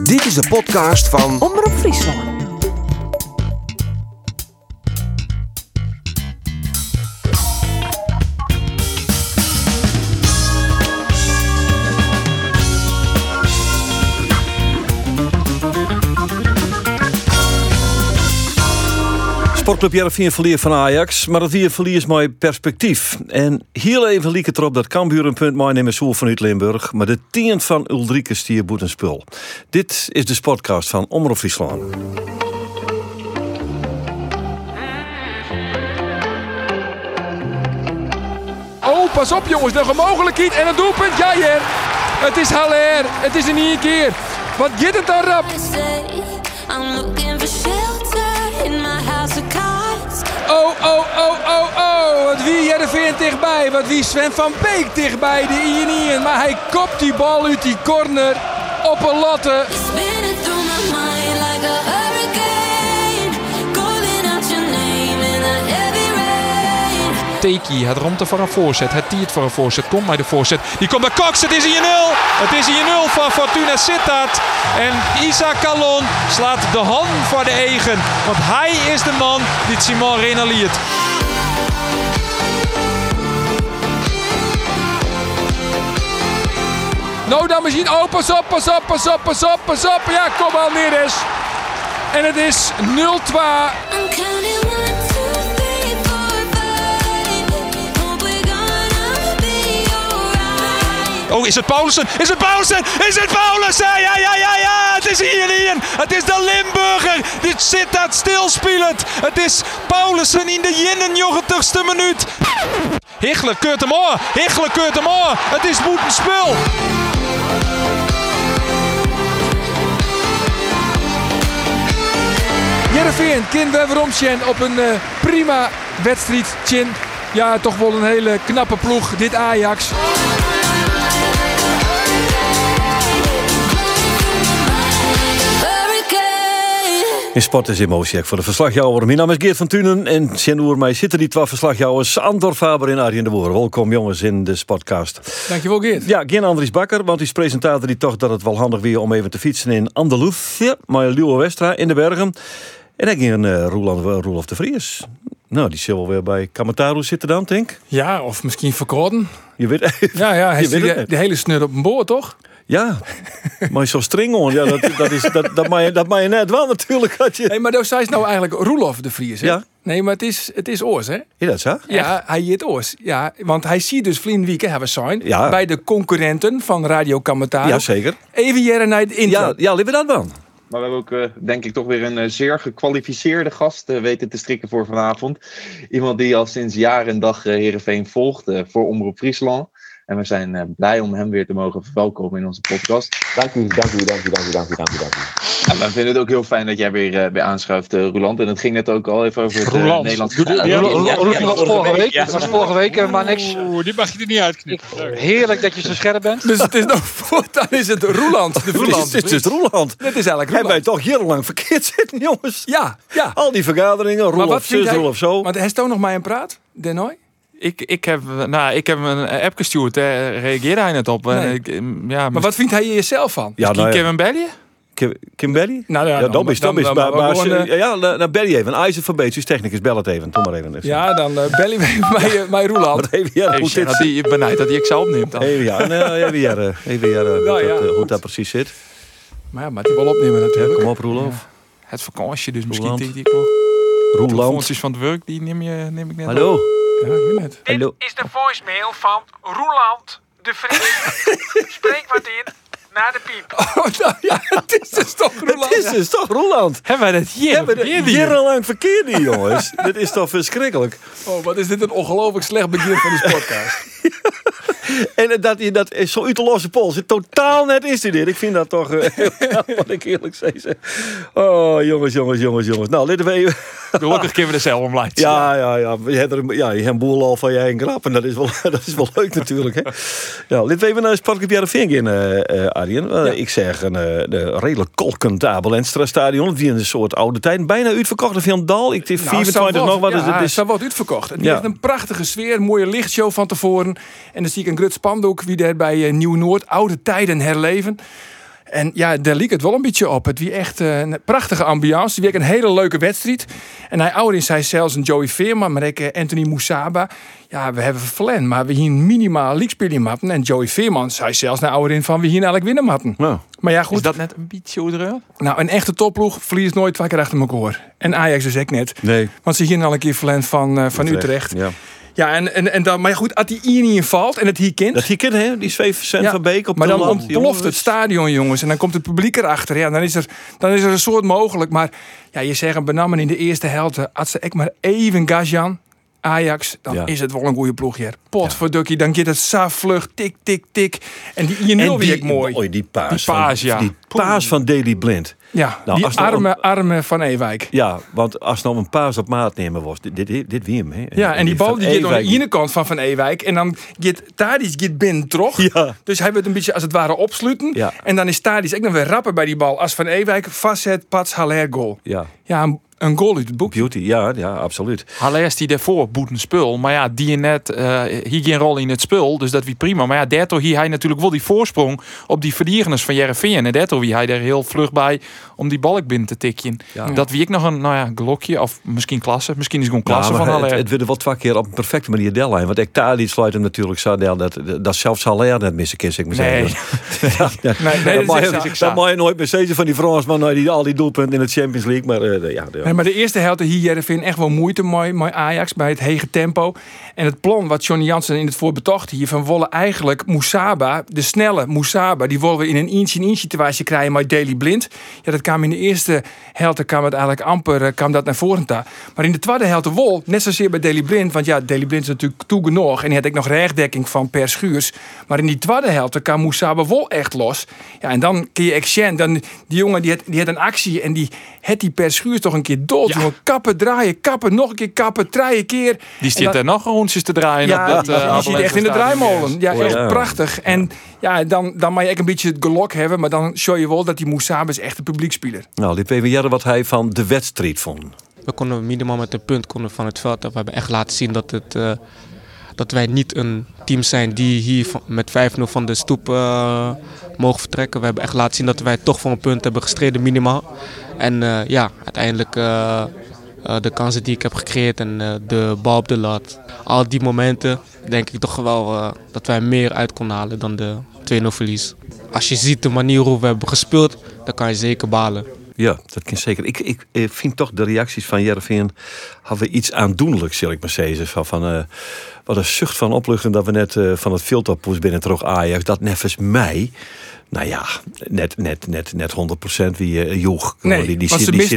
Dit is de podcast van Omroep Friesland. Sportclub Heerenveen verliest van Ajax, maar dat weer verlies met perspectief. En heel even liek het erop dat Cambuur een punt meenemen zo vanuit Limburg, maar de 10 van Ulrike stier boet een spul. Dit is de sportcast van Omroep Friesland. Oh, pas op jongens, nog een mogelijkheid en een doelpunt. Ja, Jer. Het is Haller. Het is er niet een keer. Wat gaat het dan rap? Oh. Wat wie Heerenveen dichtbij. Wat wie Sven van Beek dichtbij. De Ian. Maar hij kopt die bal uit die corner op een latte. Teki, het romte voor een voorzet, het tiert voor een voorzet, komt bij de voorzet. Die komt bij Cox, het is 1-0. Het is 1-0 van Fortuna Sittard. En Isa Kalon slaat de hand voor de egen. Want hij is de man die Simon renaliert. Nou dan misschien, oh pas op. Ja, kom al Neres. En het is 0-2. Oh, is het Paulussen? Ja! Het is hierin. Het is de Limburger. Dit zit dat stilspelend. Het is Paulussen in de 91ste minuut. Hichler keurt hem aan. Het is boetenspul. Heerenveen kan we weer omzien op een prima wedstrijd. Ja, toch wel een hele knappe ploeg. Dit Ajax. In Sport is emotie voor de verslagjouwer. Mijn naam is Geert van Tunen en voor mij zitten die 2 verslagjouwers. Andor Faber en Arjen de Boer. Welkom jongens in de Sportcast. Dankjewel Geert. Ja, geen Andries Bakker, want die presentator die toch dat het wel handig weer om even te fietsen in Andalusië. Maar Luo Westra in de bergen. En dan ging Roelof de Vries. Nou, die zal wel weer bij Kamataru zitten dan, denk ik. Ja, of misschien verkouden. Je weet Ja, hij is de hele snur op een boord, toch? Ja, maar zo streng on. Ja, dat mag je net wel natuurlijk. Nee, maar dat zei nou eigenlijk Roelof de Vries, hè? Ja. Nee, maar het is oors, hè? Is dat zo? Ja, hij heet oors. Ja, want hij ziet dus vliegen weekend hebben zijn bij de concurrenten van Radio Kamataru. Ja, zeker. Even jaren naar het intro. Ja, liever dat dan. Maar we hebben ook, denk ik, toch weer een zeer gekwalificeerde gast weten te strikken voor vanavond. Iemand die al sinds jaar en dag Heerenveen volgt voor Omroep Friesland. En we zijn blij om hem weer te mogen verwelkomen in onze podcast. Dank u. En we vinden het ook heel fijn dat jij weer bij aanschuift, Roeland. En het ging net ook al even over het Nederlands. Dat was vorige week, maar niks. Oeh, die mag je er niet uitknippen. Heerlijk dat je zo scherp bent. Dus het is nog voortaan is het Roeland de Vries. Het is dus Roeland. Dit is eigenlijk Hij Roeland. wij toch jarenlang verkeerd zitten, jongens. Ja. Al die vergaderingen, Roelof zus, Roelof zo. Want hij is toch nog maar in praat, Denoy? Ik heb een app gestuurd, reageerde hij net op. Nee. Maar wat vindt hij jezelf van? Ja, Misschien Kevin Belly? Kim Belly? Nou, Ja, dat is. dan Belly even. Een IJzer van Beetjes technicus, bel het even. Doe maar even. Ja, dan bel je mij Roeland. Even Die benijd dat hij ik zou opneemt dan. Hoe dat precies zit. Maar die wel opnemen natuurlijk. Kom op, Roelof. Ja. Het vakantie, dus misschien Roeland. denk ik wel. Roeland. Telefoontjes van het werk, die neem ik net Hallo. Ja, ik weet het. Hallo. Dit is de voicemail van Roeland de Vries. Spreek wat in naar de piep. Oh, nou ja, het is dus toch Roeland. Het is dus toch Roeland. Hebben wij dat hier? Hebben we jarenlang verkeerd hier, jongens. Dit is toch verschrikkelijk. Oh, wat is dit een ongelooflijk slecht begin van de podcast. En dat is zo uit de losse pols. Het totaal net is dit. Ik vind dat toch heel knap, wat ik eerlijk zeg. Oh, jongens. Nou, laten we even... Gelukkig kunnen we er zelf om leiden. Ja. Je hebt een boel al van jij en grap. En dat is wel leuk natuurlijk. Hè? Ja, laten we even naar Sportclub Heerenveen gaan, Arjen. Ja. Ik zeg de redelijk kolkend Abel Enstra stadion. Die in een soort oude tijd. Bijna uitverkocht of een dal. Ik heb 24 nog wat. Ja, het wordt uitverkocht. Het heeft een prachtige sfeer. Mooie lichtshow van tevoren. En dan zie ik een grut spandoek wie daar bij Nieuw-Noord oude tijden herleven. En ja, daar liep het wel een beetje op. Het wie echt een prachtige ambiance. Het wie een hele leuke wedstrijd. En hij ouderin zei zelfs een Joey Veerman, maar ook Anthony Moussaba. Ja, we hebben verlen, maar we hier minimaal league spelen matten. En Joey Veerman zei zelfs naar ouderin van we hier eigenlijk winnen matten. Nou. Maar ja, goed. Is dat net een beetje ouderen? Nou, een echte topploeg verliest nooit 2 keer achter elkaar. En Ajax dus ook net. Nee. Want ze hier al een keer verlen van Utrecht. Ja. Ja, en dan, maar ja, goed, als die hier niet in valt en het hier kent. Dat hier kind, hè? Die Sven van Beek op maar de dan land, ontploft jongens. het stadion, jongens. En dan komt het publiek erachter. Ja, dan is er een soort mogelijk. Maar ja, je zegt een benammen in de eerste helft. Als ze echt maar even Gajan, Ajax, dan is het wel een goede ploeg hier. Potverdukkie, dan gaat het vlug, tik, tik, tik. En die 1-0 weer ik mooi. Oei, die paas. Die paas van Daley Blind. Ja, Nou, die als nou arme Van Ewijk. Ja, want als nou een paas op maat nemen was, dit wie hem, hè? Ja, en die bal die gaat aan de ene kant van Ewijk. En dan gaat Tadic binnen toch. Ja. Dus hij wordt een beetje als het ware opsluiten. Ja. En dan is Tadic ook nog weer rapper bij die bal. Als Van Ewijk vastzet, pats, Haller, goal. Ja. Ja, een goal uit het boek. Beauty, ja, absoluut. Haller die daarvoor boet een spul. Maar ja, die net hier geen rol in het spul. Dus dat wie prima. Maar ja, daardoor hier hij natuurlijk wel die voorsprong op die verdedigers van Heerenveen. En daardoor wie hij daar heel vlug bij om die balk binnen te tikjen. Ja. Dat wie ik nog een glokje of misschien klasse. Misschien is het gewoon klasse van Haller. Het wilde wel 2 keer op een perfecte manier dellen. Want ik Tadic sluit hem natuurlijk zo dat zelfs Haller net missen kan, ik maar zeggen. Dat mag je nooit meer zeggen van die Fransman die al die doelpunten in het Champions League. Maar Nee, maar de eerste helft hier Heerenveen echt wel moeite met Ajax bij het hege tempo. En het plan wat Johnny Jansen in het voorbetocht hier van willen eigenlijk Moussaba, de snelle Moussaba, die willen we in een in situatie krijgen met Daley Blind. Ja, dat kwam in de eerste helft kwam het eigenlijk amper kwam dat naar voren toe. Maar in de tweede helft wel, net zozeer bij Daley Blind, want ja, Daley Blind is natuurlijk toe genoeg en die had ook nog rechtdekking van Per Schuurs. Maar in die tweede helft kwam Moussaba wel echt los. Ja, en dan kun je Exchange, dan die jongen die had een actie en die had die Per Schuurs toch een keer dood. Ja. Jongen, kappen, draaien, kappen, nog een keer kappen, 3 keer. Die zit er nog rondjes te draaien. Ja, die zit echt in de draaimolen. Ja, echt prachtig. En ja, dan mag je echt een beetje het gelok hebben, maar dan show je wel dat die Moussaba is echt een publiekspeler. Nou, liep even jaren wat hij van de wedstrijd vond. We konden minimaal met een punt van het veld. We hebben echt laten zien dat wij niet een team zijn die hier met 5-0 van de stoep mogen vertrekken. We hebben echt laten zien dat wij toch voor een punt hebben gestreden minimaal. En uiteindelijk de kansen die ik heb gecreëerd en de bal op de lat. Al die momenten denk ik toch wel dat wij meer uit konden halen dan de 2-0 verlies. Als je ziet de manier hoe we hebben gespeeld, dan kan je zeker balen. Ja, dat kan zeker. Ik vind toch de reacties van Heerenveen hadden iets aandoenlijks, zal ik maar zeggen. Van wat een zucht van opluchting dat we net van het filterpoes binnen terug Ajax. Dat nevens mij. Nou ja, net 100% wie joeg. Nee, die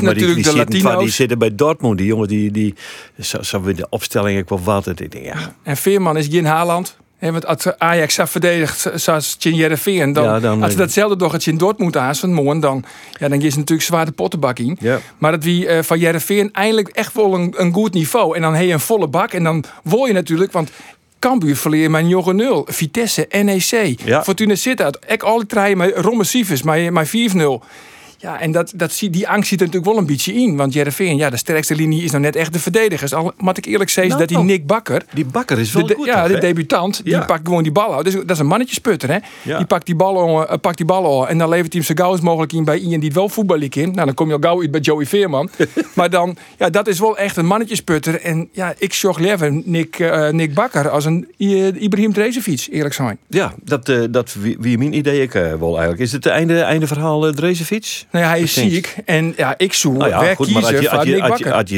zitten bij Dortmund. Die jongen die zo weer de opstelling ik wel wat. Ik denk, ja. En Veerman is geen Haaland. Want als Ajax verdedigt zoals Heerenveen, dan als ze datzelfde toch als je in Dortmund aan van morgen, dan is het natuurlijk zwaar de pottenbak in. Ja. Maar dat wie van Heerenveen eindelijk echt wel een goed niveau. En dan heb je een volle bak en dan word je natuurlijk, want Cambuur verleer met 0, Vitesse, NEC, Fortuna Sittard, ek alle treien met Romme Sivers, maar 4-0. Ja, en die angst zit er natuurlijk wel een beetje in. Want Heerenveen, de sterkste linie is nou net echt de verdedigers. Al moet ik eerlijk zeggen dat die Nick Bakker... Die Bakker is wel goed, de debutant, die pakt gewoon die bal uit. Dus dat is een mannetjesputter, hè. Ja. Die pakt die bal aan en dan levert hij hem zo gauw als mogelijk in bij iemand die het wel voetballiek in. Nou, dan kom je al gauw uit bij Joey Veerman. Maar dan, dat is wel echt een mannetjesputter. En ja, ik zorg liever Nick Bakker als een Ibrahim Drezefiets, eerlijk zijn. Ja, dat wie mijn idee ik wel eigenlijk. Is het einde verhaal Drezefiets? Nou ja, hij is ziek en ik zoek kiezen van Nick Bakker. Als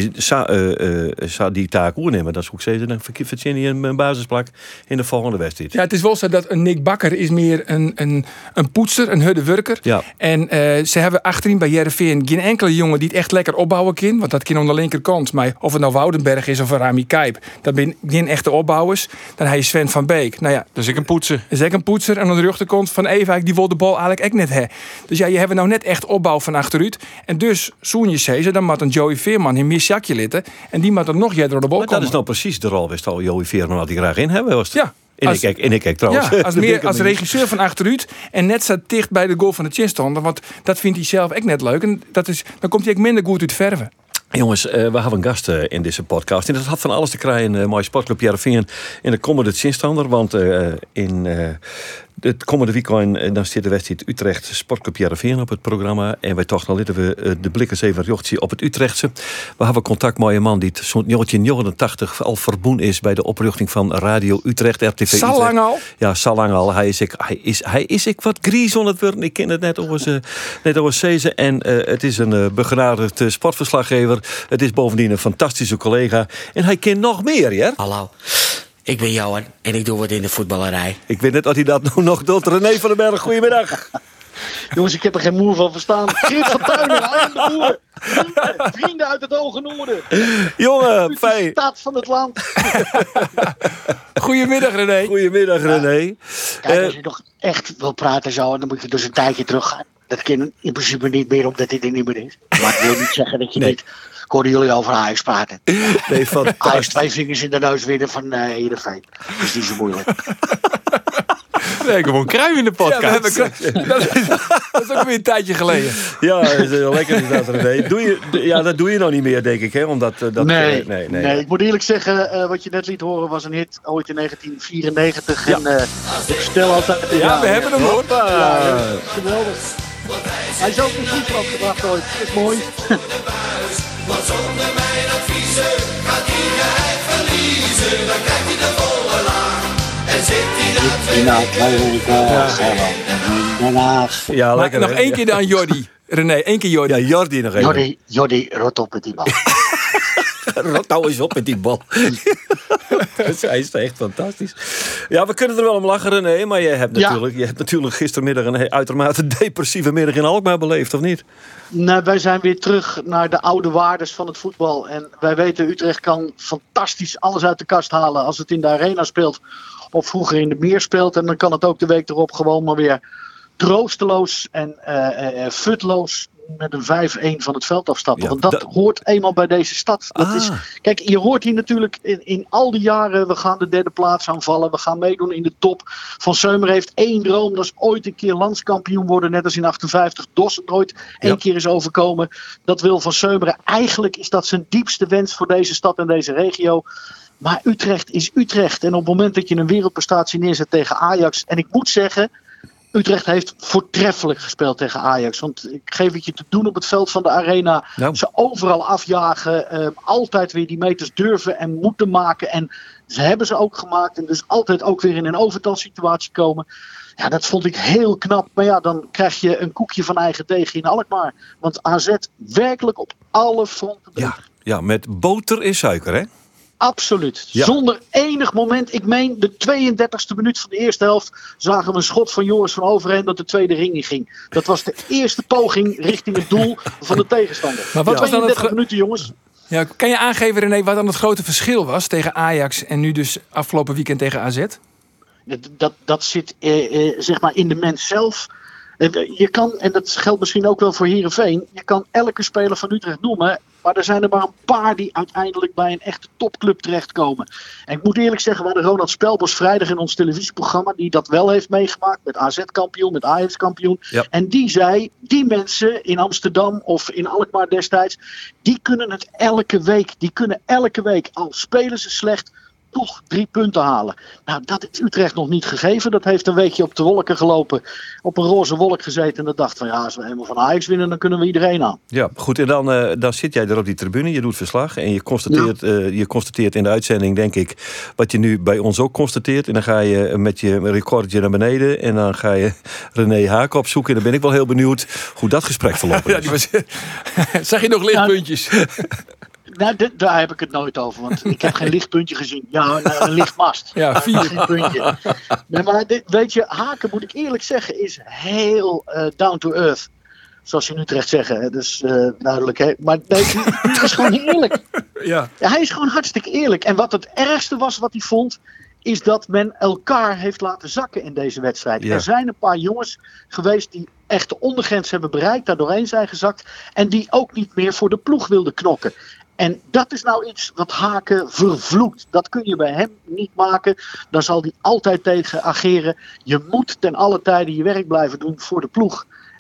je die taak oornemen, dan zou ik zeggen, dan verzin je een basisplak in de volgende wedstrijd. Ja, het is wel zo dat een Nick Bakker is meer een poetser, een huddewerker. Ja. En ze hebben achterin bij Heerenveen geen enkele jongen die het echt lekker opbouwen kan. Want dat kan aan de linkerkant. Maar of het nou Woudenberg is of een Rami Kijp, dat zijn geen echte opbouwers. Dan heb je Sven van Beek. Nou ja, dus ik een poetser. Dus ik een poetser. En aan de rechterkant van Ewijk, die wil de bal eigenlijk ook net hebben. Dus ja, je hebt nou net echt opbouw van achteruit. En dus, zoen je zezen, dan moet een Joey Veerman in meer zakje litten. En die moet er nog jij door de bal komen. Dat is nou precies de rol wist al Joey Veerman had hij graag in hebben. Was het? Ja. En ik kijk trouwens. Ja, als regisseur van achteruit. En net staat dicht bij de goal van de chinstander. Want dat vindt hij zelf ook net leuk. En dan komt hij ook minder goed uit verven. Jongens, we hebben een gast in deze podcast. En dat had van alles te krijgen. Mooi Sportclub Heerenveen in de komende zinstander. Want in Het komende weekend dan zit de wedstrijd Utrecht Sportclub Heerenveen op het programma. En wij toch laten we de blikken even richten op het Utrechtse. We hebben contact met een man die zo'n 1989 al verboen is bij de oprichting van Radio Utrecht, RTV Utrecht. Lang al? Ja, zo lang al. Hij is ik wat gries aan het worden. Ik ken het net over Cezen. En het is een begenadigd sportverslaggever. Het is bovendien een fantastische collega. En hij kent nog meer, ja? Hallo. Ik ben Johan en ik doe wat in de voetballerij. Ik weet net dat hij dat nog doet. René van den Berg, goedemiddag. Jongens, ik heb er geen moer van verstaan. Geert van Tuinen, Arjen de Boer. Vrienden uit het Hoge Noorden. Jongen, fijn. Staat van het land. Goedemiddag, René. Goedemiddag, René. Kijk, als je nog echt wil praten zo, dan moet je dus een tijdje teruggaan. Dat kan in principe niet meer, omdat dit er niet meer is. Maar ik wil niet zeggen dat je niet... Ik hoorde jullie over Ajax praten. Nee, Ajax 2 vingers in de neus winnen van Heerenveen. Dat is niet zo moeilijk. Nee, gewoon kruim in de podcast. Ja, dat is ook weer een tijdje geleden. Ja, dat is heel lekker inderdaad, René. Dat doe je nou niet meer, denk ik. Hè? Omdat, nee, ik moet eerlijk zeggen, wat je net liet horen was een hit ooit in 1994. Ja. En ik stel altijd... Ja, we hebben hem hoor. Ja, geweldig. Hij is ook in Friesland gebracht ooit. Dat is mooi. Want zonder mijn adviezen gaat hij verliezen. Dan krijgt hij de volle laag. En zit hij dat Ja, lekker. Nog één keer dan Jordi. René, één keer Jordi. Ja, Jordi nog even. Jordi, rot op met die bal. Rot nou eens op met die bal. Hij is echt fantastisch. Ja, we kunnen er wel om lachen, René. Maar je hebt natuurlijk gistermiddag een uitermate depressieve middag in Alkmaar beleefd, of niet? Nou, wij zijn weer terug naar de oude waardes van het voetbal. En wij weten, Utrecht kan fantastisch alles uit de kast halen als het in de arena speelt. Of vroeger in de meer speelt. En dan kan het ook de week erop gewoon maar weer troosteloos en futloos met een 5-1 van het veld afstappen. Ja, want dat hoort eenmaal bij deze stad. Kijk, je hoort hier natuurlijk in al die jaren, we gaan de derde plaats aanvallen. We gaan meedoen in de top. Van Seumer heeft één droom. Dat is ooit een keer landskampioen worden. Net als in 58 Dos nooit één keer is overkomen. Dat wil Van Seumer. Eigenlijk is dat zijn diepste wens voor deze stad en deze regio. Maar Utrecht is Utrecht. En op het moment dat je een wereldprestatie neerzet tegen Ajax. En ik moet zeggen, Utrecht heeft voortreffelijk gespeeld tegen Ajax. Want ik geef het je te doen op het veld van de arena. Nou. Ze overal afjagen. Altijd weer die meters durven en moeten maken. En ze hebben ze ook gemaakt. En dus altijd ook weer in een overtalsituatie komen. Ja, dat vond ik heel knap. Maar ja, dan krijg je een koekje van eigen deeg in Alkmaar. Want AZ werkelijk op alle fronten. Ja, met boter en suiker, hè? Absoluut. Ja. Zonder enig moment. Ik meen de 32e minuut van de eerste helft zagen we een schot van Joris van Overheem dat de tweede ring in ging. Dat was de eerste poging richting het doel van de tegenstander. Maar wat was dan 32 minuten, jongens. Ja, kan je aangeven, René, wat dan het grote verschil was tegen Ajax en nu dus afgelopen weekend tegen AZ? Dat zit zeg maar in de mens zelf. Je kan, en dat geldt misschien ook wel voor Heerenveen, je kan elke speler van Utrecht noemen, maar er zijn er maar een paar die uiteindelijk bij een echte topclub terechtkomen. En ik moet eerlijk zeggen, we hadden Ronald Spelbos vrijdag in ons televisieprogramma, die dat wel heeft meegemaakt, met AZ-kampioen, met Ajax-kampioen. Ja. En die zei, die mensen in Amsterdam of in Alkmaar destijds, die kunnen het elke week. Die kunnen elke week, al spelen ze slecht, toch 3 punten halen. Nou, dat is Utrecht nog niet gegeven. Dat heeft een weekje op de wolken gelopen. Op een roze wolk gezeten. En dat dacht van, ja, als we helemaal van Ajax winnen, dan kunnen we iedereen aan. Ja, goed. En dan zit jij er op die tribune. Je doet verslag. En je constateert in de uitzending, denk ik, wat je nu bij ons ook constateert. En dan ga je met je recordertje naar beneden. En dan ga je René Haak opzoeken. En dan ben ik wel heel benieuwd hoe dat gesprek verlopen is. Zag je nog lichtpuntjes? Nou, daar heb ik het nooit over, want ik heb geen lichtpuntje gezien. Ja, een lichtmast. Ja, 4. Geen puntje. Nee, maar weet je, Haken, moet ik eerlijk zeggen, is heel down to earth. Zoals je nu terecht zeggen, dat is duidelijk. Hè? Maar nee, hij is gewoon eerlijk. Ja, hij is gewoon hartstikke eerlijk. En wat het ergste was wat hij vond, is dat men elkaar heeft laten zakken in deze wedstrijd. Ja. Er zijn een paar jongens geweest die echt de ondergrens hebben bereikt, daar doorheen zijn gezakt en die ook niet meer voor de ploeg wilden knokken. En dat is nou iets wat Haken vervloekt. Dat kun je bij hem niet maken. Daar zal hij altijd tegen ageren. Je moet ten alle tijde je werk blijven doen voor de ploeg.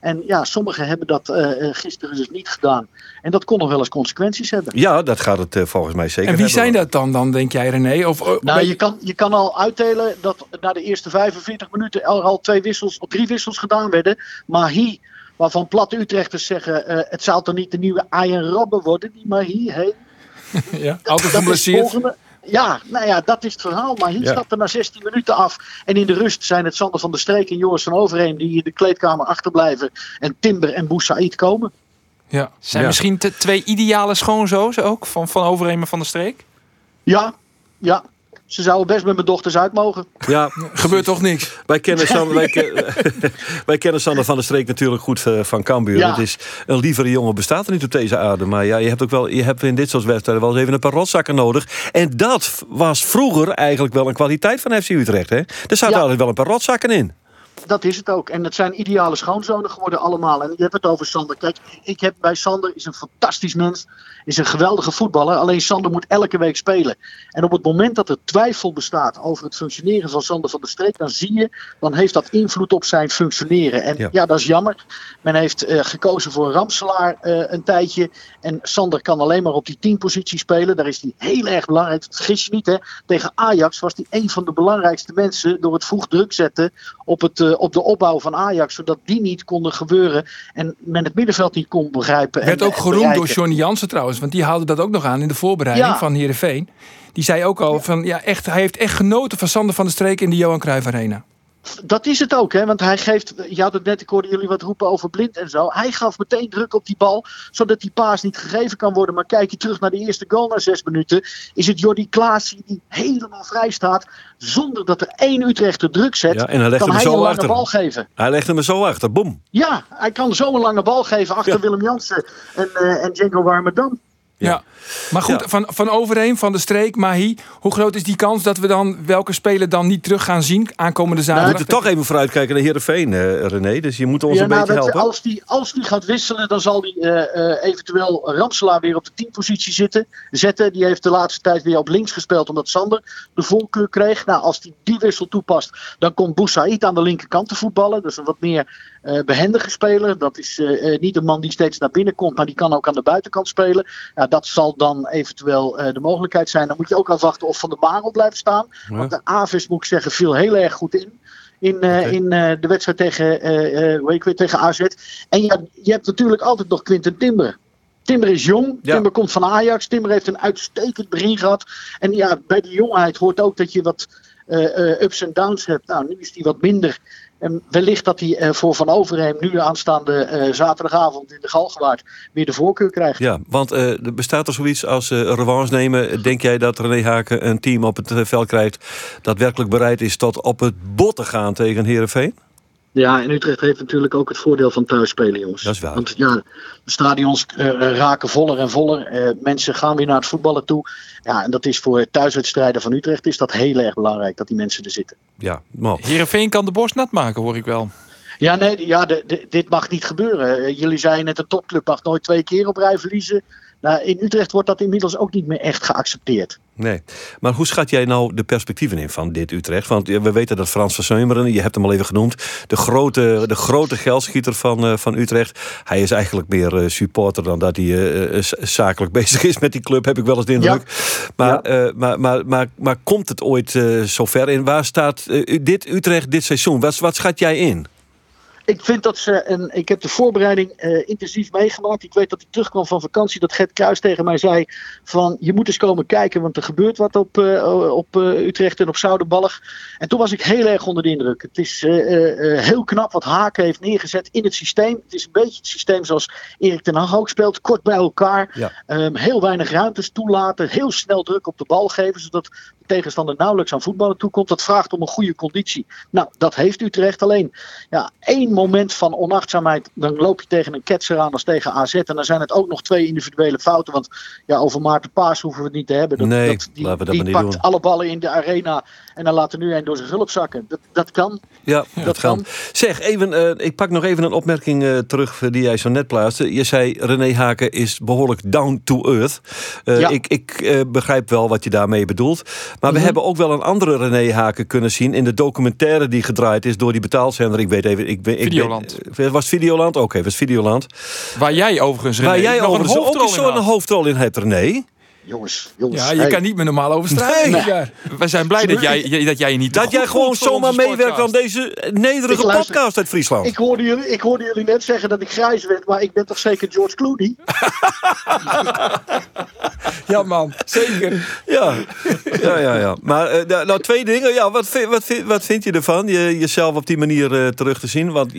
En ja, sommigen hebben dat gisteren dus niet gedaan. En dat kon nog wel eens consequenties hebben. Ja, dat gaat het volgens mij zeker. En wie zijn dat dan, denk jij, René? Je kan al uitdelen dat na de eerste 45 minuten al 3 wissels gedaan werden. Mahi, waarvan platte Utrechters zeggen, het zal toch niet de nieuwe Arjen Robben worden, die Mahi heet. Ja, altijd geblesseerd. Ja, nou ja, dat is het verhaal. Maar hier staat er na 16 minuten af. En in de rust zijn het Sander van der Streek en Joris van Overheem die in de kleedkamer achterblijven. En Timber en Boussaïd komen. Ja. Zijn misschien 2 ideale schoonzoons ook? Van Overheem en Van der Streek? Ja. Ze zouden best met mijn dochters uit mogen. Ja, gebeurt toch niks. Wij kennen Sander van der Streek natuurlijk goed van Cambuur. Ja. Het is een lievere jongen, bestaat er niet op deze aarde. Maar ja, je hebt in dit soort wedstrijden wel eens even een paar rotzakken nodig. En dat was vroeger eigenlijk wel een kwaliteit van FC Utrecht. Hè? Er zaten altijd wel een paar rotzakken in. Dat is het ook. En het zijn ideale schoonzonen geworden allemaal. En je hebt het over Sander. Kijk, ik heb bij Sander, is een fantastisch mens. Is een geweldige voetballer. Alleen Sander moet elke week spelen. En op het moment dat er twijfel bestaat over het functioneren van Sander van der Streek, dan heeft dat invloed op zijn functioneren. En ja dat is jammer. Men heeft gekozen voor Ramselaar een tijdje. En Sander kan alleen maar op die 10-positie spelen. Daar is hij heel erg belangrijk. Vergis je niet, hè. Tegen Ajax was hij een van de belangrijkste mensen door het vroeg druk zetten op de opbouw van Ajax, zodat die niet konden gebeuren en men het middenveld niet kon begrijpen. Werd ook geroemd door Johnny Jansen trouwens, want die haalde dat ook nog aan in de voorbereiding van Heerenveen. Die zei ook al van, hij heeft echt genoten van Sander van der Streek in de Johan Cruijff Arena. Dat is het ook, hè? Want hij geeft, je had het net, ik hoorde jullie wat roepen over Blind en zo. Hij gaf meteen druk op die bal, zodat die paas niet gegeven kan worden. Maar kijk je terug naar de eerste goal na 6 minuten, is het Jordi Klaas die helemaal vrij staat, zonder dat er 1 Utrechter druk zet, en hij kan hij een lange bal geven. Hij legt hem er zo achter, boem. Ja, hij kan zo een lange bal geven achter Willem Jansen en Django Warmerdam. Ja, maar goed, van Overheem, Van der Streek, Mahi, hoe groot is die kans dat we dan welke speler dan niet terug gaan zien aankomende zaterdag? We moeten toch even vooruitkijken naar Heerenveen, René. Dus je moet ons een beetje helpen. Als die gaat wisselen, dan zal die eventueel Ramselaar weer op de 10-positie zetten. Die heeft de laatste tijd weer op links gespeeld, omdat Sander de voorkeur kreeg. Nou, als die wissel toepast, dan komt Boussaïd aan de linkerkant te voetballen. Dus een wat meer behendige speler. Dat is niet een man die steeds naar binnen komt, maar die kan ook aan de buitenkant spelen. Ja, dat zal dan eventueel de mogelijkheid zijn. Dan moet je ook afwachten of Van der Marel blijft staan. Ja. Want de Aves, moet ik zeggen, viel heel erg goed in de wedstrijd tegen AZ. En je hebt natuurlijk altijd nog Quinten Timber. Timber is jong, Timber komt van Ajax. Timber heeft een uitstekend begin gehad. En ja, bij die jongheid hoort ook dat je wat ups en downs hebt. Nou, nu is die wat minder. En wellicht dat hij voor Van Overheem nu aanstaande zaterdagavond in de Galgenwaard weer de voorkeur krijgt. Ja, want bestaat er zoiets als revanche nemen? Denk jij dat René Haken een team op het veld krijgt dat werkelijk bereid is tot op het bot te gaan tegen Heerenveen? Ja, en Utrecht heeft natuurlijk ook het voordeel van thuisspelen, jongens. Dat is waar. Want ja, de stadions raken voller en voller. Mensen gaan weer naar het voetballen toe. Ja, en dat is voor thuiswedstrijden van Utrecht is dat heel erg belangrijk dat die mensen er zitten. Ja, maar Heerenveen kan de borst nat maken, hoor ik wel. Ja, nee, dit mag niet gebeuren. Jullie zeiden net, een topclub mag nooit 2 keer op rij verliezen. Nou, in Utrecht wordt dat inmiddels ook niet meer echt geaccepteerd. Nee, maar hoe schat jij nou de perspectieven in van dit Utrecht? Want we weten dat Frans van Seumeren, je hebt hem al even genoemd, de grote geldschieter van Utrecht. Hij is eigenlijk meer supporter dan dat hij zakelijk bezig is met die club, heb ik wel eens de indruk. Ja. Maar komt het ooit zover in? Waar staat dit Utrecht dit seizoen? Wat schat jij in? Ik vind dat ik heb de voorbereiding intensief meegemaakt. Ik weet dat ik terugkwam van vakantie, dat Gert Kruijs tegen mij zei van, je moet eens komen kijken, want er gebeurt wat op Utrecht en op Zoudenballig. En toen was ik heel erg onder de indruk. Het is heel knap wat Haken heeft neergezet in het systeem. Het is een beetje het systeem zoals Erik ten Hag ook speelt, kort bij elkaar. Ja. Heel weinig ruimtes toelaten, heel snel druk op de bal geven, zodat de tegenstander nauwelijks aan voetballen toekomt. Dat vraagt om een goede conditie. Nou, dat heeft Utrecht. Alleen, ja, 1 moment van onachtzaamheid, dan loop je tegen een ketser aan als tegen AZ. En dan zijn het ook nog 2 individuele fouten. Want ja, over Maarten Paas hoeven we het niet te hebben. Die pakt doen. Alle ballen in de arena en dan laat er nu 1 door zijn gulp zakken. Dat kan. Ja, dat kan. Zeg, even, ik pak nog even een opmerking terug die jij zo net plaatste. Je zei, René Haken is behoorlijk down to earth. Ik begrijp wel wat je daarmee bedoelt. Maar we hebben ook wel een andere René Haken kunnen zien in de documentaire die gedraaid is door die betaalzender. Ik weet even, Videoland. Was het Videoland? Oké, was Videoland. Waar jij overigens, René, Waar jij nog overigens een hoofdrol ook zo'n in had. hoofdrol in hebt, René. Jongens. Ja, je kan niet meer normaal over straat. Nee. We zijn blij dat jij je niet... Dat jij gewoon zomaar meewerkt aan deze nederige podcast uit Friesland. Ik hoorde jullie net zeggen dat ik grijs werd, maar ik ben toch zeker George Clooney? Ja man, zeker. Ja. Maar nou, 2 dingen. Ja, wat vind je ervan? Jezelf op die manier terug te zien. Want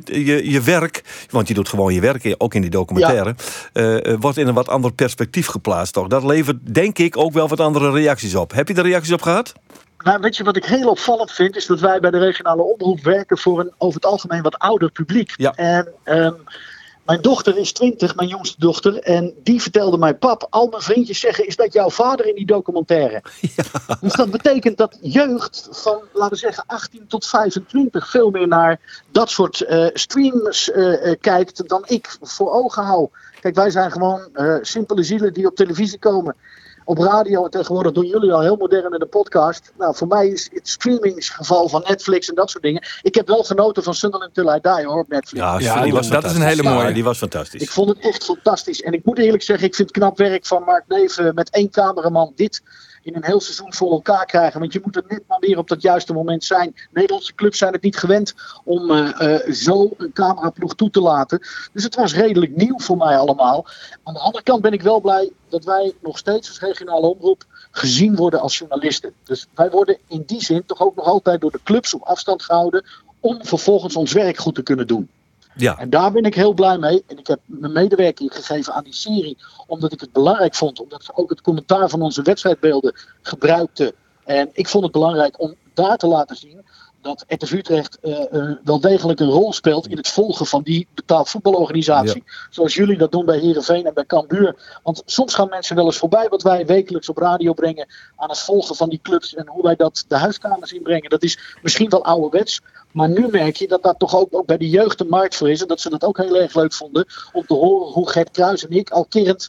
je werk, want je doet gewoon je werk, ook in die documentaire, wordt in een wat ander perspectief geplaatst. Toch? Dat levert, denk ik, ook wel wat andere reacties op. Heb je er reacties op gehad? Nou, weet je wat ik heel opvallend vind, is dat wij bij de regionale omroep werken voor een over het algemeen wat ouder publiek. Ja. En mijn dochter is 20, mijn jongste dochter, en die vertelde mij: pap, al mijn vriendjes zeggen, is dat jouw vader in die documentaire? Ja. Dus dat betekent dat jeugd van, laten we zeggen, 18 tot 25 veel meer naar dat soort streams kijkt dan ik voor ogen hou. Kijk, wij zijn gewoon simpele zielen die op televisie komen. Op radio, en tegenwoordig doen jullie al heel modern in de podcast. Nou, voor mij is het streamingsgeval van Netflix en dat soort dingen. Ik heb wel genoten van Sunderland Till I Die, hoor, op Netflix. Ja, dat is een hele mooie. Ja, die was fantastisch. Ik vond het echt fantastisch. En ik moet eerlijk zeggen, ik vind het knap werk van Mark Neven met 1 cameraman dit in een heel seizoen voor elkaar krijgen. Want je moet er net maar weer op dat juiste moment zijn. Nederlandse clubs zijn het niet gewend om zo een cameraploeg toe te laten. Dus het was redelijk nieuw voor mij allemaal. Aan de andere kant ben ik wel blij dat wij nog steeds als regionale omroep gezien worden als journalisten. Dus wij worden in die zin toch ook nog altijd door de clubs op afstand gehouden om vervolgens ons werk goed te kunnen doen. Ja. En daar ben ik heel blij mee. En ik heb mijn medewerking gegeven aan die serie, omdat ik het belangrijk vond, omdat ze ook het commentaar van onze wedstrijdbeelden gebruikten. En ik vond het belangrijk om daar te laten zien dat RTV Utrecht wel degelijk een rol speelt in het volgen van die betaald voetbalorganisatie. Ja. Zoals jullie dat doen bij Heerenveen en bij Cambuur. Want soms gaan mensen wel eens voorbij wat wij wekelijks op radio brengen aan het volgen van die clubs en hoe wij dat de huiskamers inbrengen. Dat is misschien wel ouderwets. Maar nu merk je dat daar toch ook bij de jeugd een markt voor is. En dat ze dat ook heel erg leuk vonden om te horen hoe Gert Kruijs en ik al kerend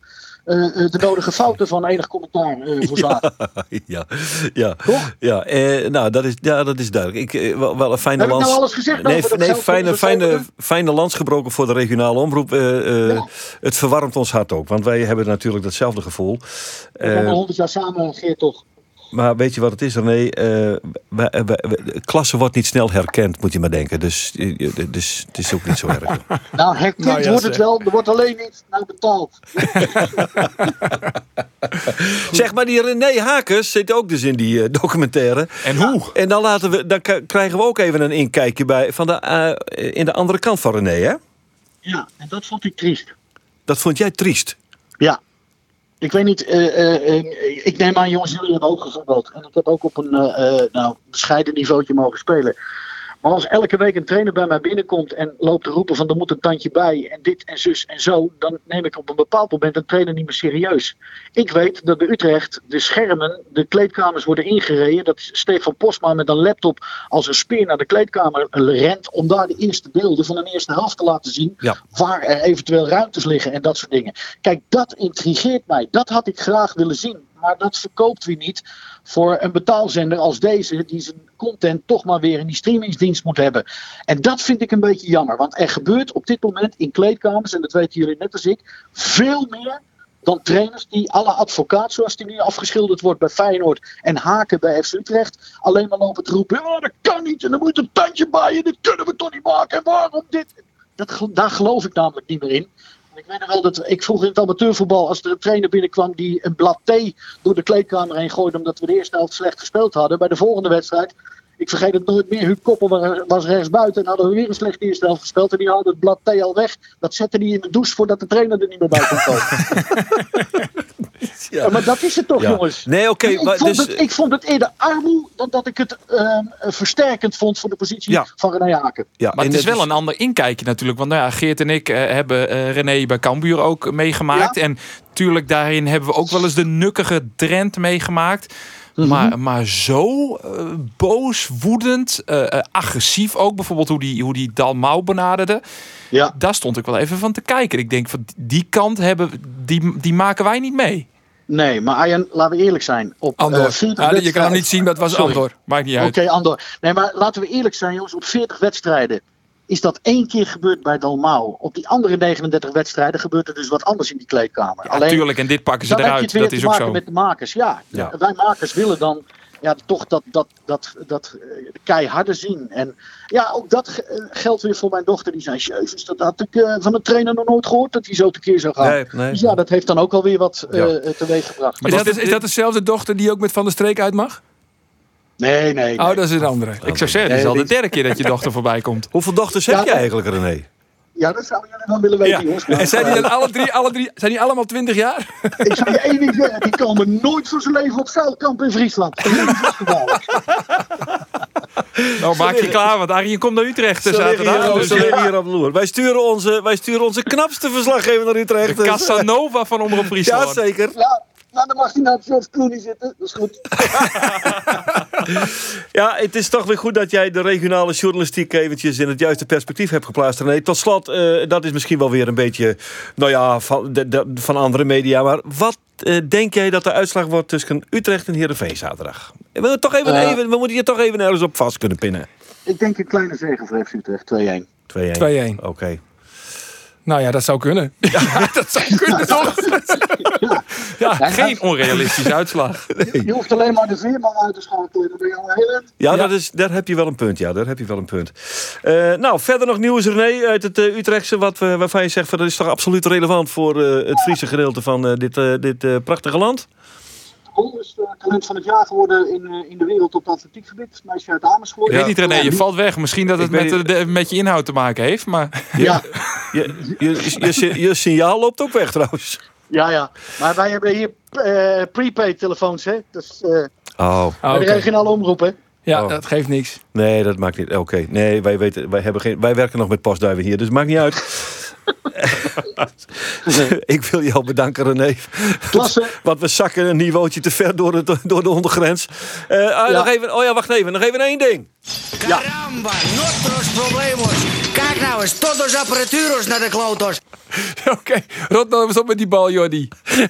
de nodige fouten van enig commentaar voorzagen. Nou, dat is duidelijk. Wel een fijne lans. Heb ik nou alles gezegd? Fijne lans gebroken voor de regionale omroep. Het verwarmt ons hart ook, want wij hebben natuurlijk datzelfde gevoel. We hebben 100 jaar samen, Geert, toch? Maar weet je wat het is, René? Klasse wordt niet snel herkend, moet je maar denken. Dus het is ook niet zo erg. Nou, herkend wordt het wel. Er wordt alleen niet naar betaald. Zeg maar, die René Hakers zit ook dus in die documentaire. En hoe? En dan krijgen we ook even een inkijkje bij in de andere kant van René, hè? Ja, en dat vond ik triest. Dat vond jij triest? Ja. Ik weet niet, ik neem aan, jongens, jullie hebben ook gevoetbald. En ik heb ook op een bescheiden niveautje mogen spelen. Maar als elke week een trainer bij mij binnenkomt en loopt te roepen van er moet een tandje bij en dit en zus en zo, dan neem ik op een bepaald moment een trainer niet meer serieus. Ik weet dat bij Utrecht de schermen, de kleedkamers worden ingereden. Dat Stefan Posma met een laptop als een speer naar de kleedkamer rent om daar de eerste beelden van een eerste helft te laten zien. Ja. Waar er eventueel ruimtes liggen en dat soort dingen. Kijk, dat intrigeert mij. Dat had ik graag willen zien. Maar dat verkoopt weer niet voor een betaalzender als deze, die zijn content toch maar weer in die streamingsdienst moet hebben. En dat vind ik een beetje jammer. Want er gebeurt op dit moment in kleedkamers, en dat weten jullie net als ik, veel meer dan trainers die à la advocaat, zoals die nu afgeschilderd wordt bij Feyenoord en Haken bij FC Utrecht, alleen maar lopen te roepen, ja, dat kan niet en er moet een tandje bij en dit kunnen we toch niet maken en waarom dit? Daar geloof ik namelijk niet meer in. Ik weet nog wel dat ik vroeger in het amateurvoetbal, als er een trainer binnenkwam die een blad thee door de kleedkamer heen gooide omdat we de eerste helft slecht gespeeld hadden, bij de volgende wedstrijd, ik vergeet het nooit meer, Huub Koppel was rechtsbuiten en hadden we weer een slechte eerste helft gespeeld en die haalde het blad thee al weg. Dat zette hij in de douche voordat de trainer er niet meer bij kon komen. Ja. Maar dat is het toch, jongens. Nee, oké. Ik vond het eerder armoe dan dat ik het versterkend vond voor de positie van René Haken. Ja, maar het is wel een ander inkijkje natuurlijk. Want Geert en ik hebben René bij Cambuur ook meegemaakt. Ja. En tuurlijk, daarin hebben we ook wel eens de nukkige Drent meegemaakt. Mm-hmm. Maar zo boos, woedend, agressief ook. Bijvoorbeeld hoe die Dalmau benaderde. Ja. Daar stond ik wel even van te kijken. Ik denk, van die kant die maken wij niet mee. Nee, maar Arjen, laten we eerlijk zijn. Op Andor. 40 Je kan hem niet zien, maar het was Sorry. Andor. Maakt niet uit. Oké, Andor. Nee, maar laten we eerlijk zijn, jongens. Op 40 wedstrijden is dat 1 keer gebeurd bij Dalmau. Op die andere 39 wedstrijden gebeurt er dus wat anders in die kleedkamer. Ja, tuurlijk, en dit pakken ze dan eruit. heb je het Dat weer is te ook maken zo. met de makers. Ja, Ja. wij makers willen dan toch dat keiharde zien. En ja, ook dat geldt weer voor mijn dochter. Die zei, jezus, dat had ik van de trainer nog nooit gehoord dat hij zo tekeer zou gaan. Nee. Dus ja, dat heeft dan ook alweer wat teweeg gebracht. Maar is dat dezelfde dochter die ook met Van der Streek uit mag? Nee. Oh, dat is een andere. Ik zou zeggen, dit is al de derde keer dat je dochter voorbij komt. Hoeveel dochters heb je eigenlijk, René? Ja, dat zouden jullie dan willen weten, jongens. En zijn die dan alle drie, zijn die allemaal 20 jaar? Ik zou je één ding zeggen, die komen nooit voor zijn leven op veldkamp in Friesland. Nou, maak je klaar, want Arjen komt naar Utrecht Ze liggen zaterdag. Dus, hier op de loer. Wij sturen onze knapste verslaggever naar Utrecht. de Casanova van Omroep Friesland. Ja, zeker. Ja, nou, dan mag hij naar George Clooney zitten. Dat is goed. Ja, het is toch weer goed dat jij de regionale journalistiek eventjes in het juiste perspectief hebt geplaatst, René. Tot slot, dat is misschien wel weer een beetje, van andere media. Maar wat denk jij dat de uitslag wordt tussen Utrecht en Heerenveen zaterdag? We moeten hier toch even ergens op vast kunnen pinnen. Ik denk een kleine zege voor FC Utrecht, 2-1. 2-1. Oké. Nou ja, dat zou kunnen. Ja, dat zou kunnen toch? Ja, geen onrealistische uitslag. Je hoeft alleen maar de veerman uit te schakelen. Dan ben je al heel eind. Ja, daar heb je wel een punt. Ja, daar heb je wel een punt. Nou, verder nog nieuws, René, uit het Utrechtse. Waarvan je zegt, dat is toch absoluut relevant voor het Friese gedeelte van dit prachtige land? Hol is talent van het jaar geworden in de wereld op het atletiekgebied. Meisje uit Amersfoort. Ik weet niet, René, je valt weg. Misschien dat het met je inhoud te maken heeft, maar... Ja. Je signaal loopt ook weg trouwens. Ja. Maar wij hebben hier prepaid telefoons, hè. Dus bij de oké. regionale omroep, hè. Ja, dat geeft niks. Nee, dat maakt niet. Oké. Nee, wij werken nog met postduiven hier, dus het maakt niet uit. Ik wil jou bedanken, René. Klasse. Want we zakken een niveautje te ver door de ondergrens. Wacht even. Nog even één ding. Caramba, nosotros problemos. Kijk nou eens, todos apparaturos naar de klotos. Oké, rot nou eens op met die bal, Jordi.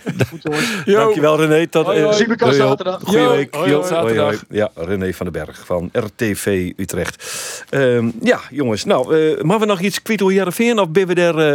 Dankjewel, René. Zien we elkaar zaterdag. Goeie week. Hoi, zaterdag. Ja, René van den Berg van RTV Utrecht. Ja, jongens. Nou, mag we nog iets kwijt over Heerenveen? Of ben we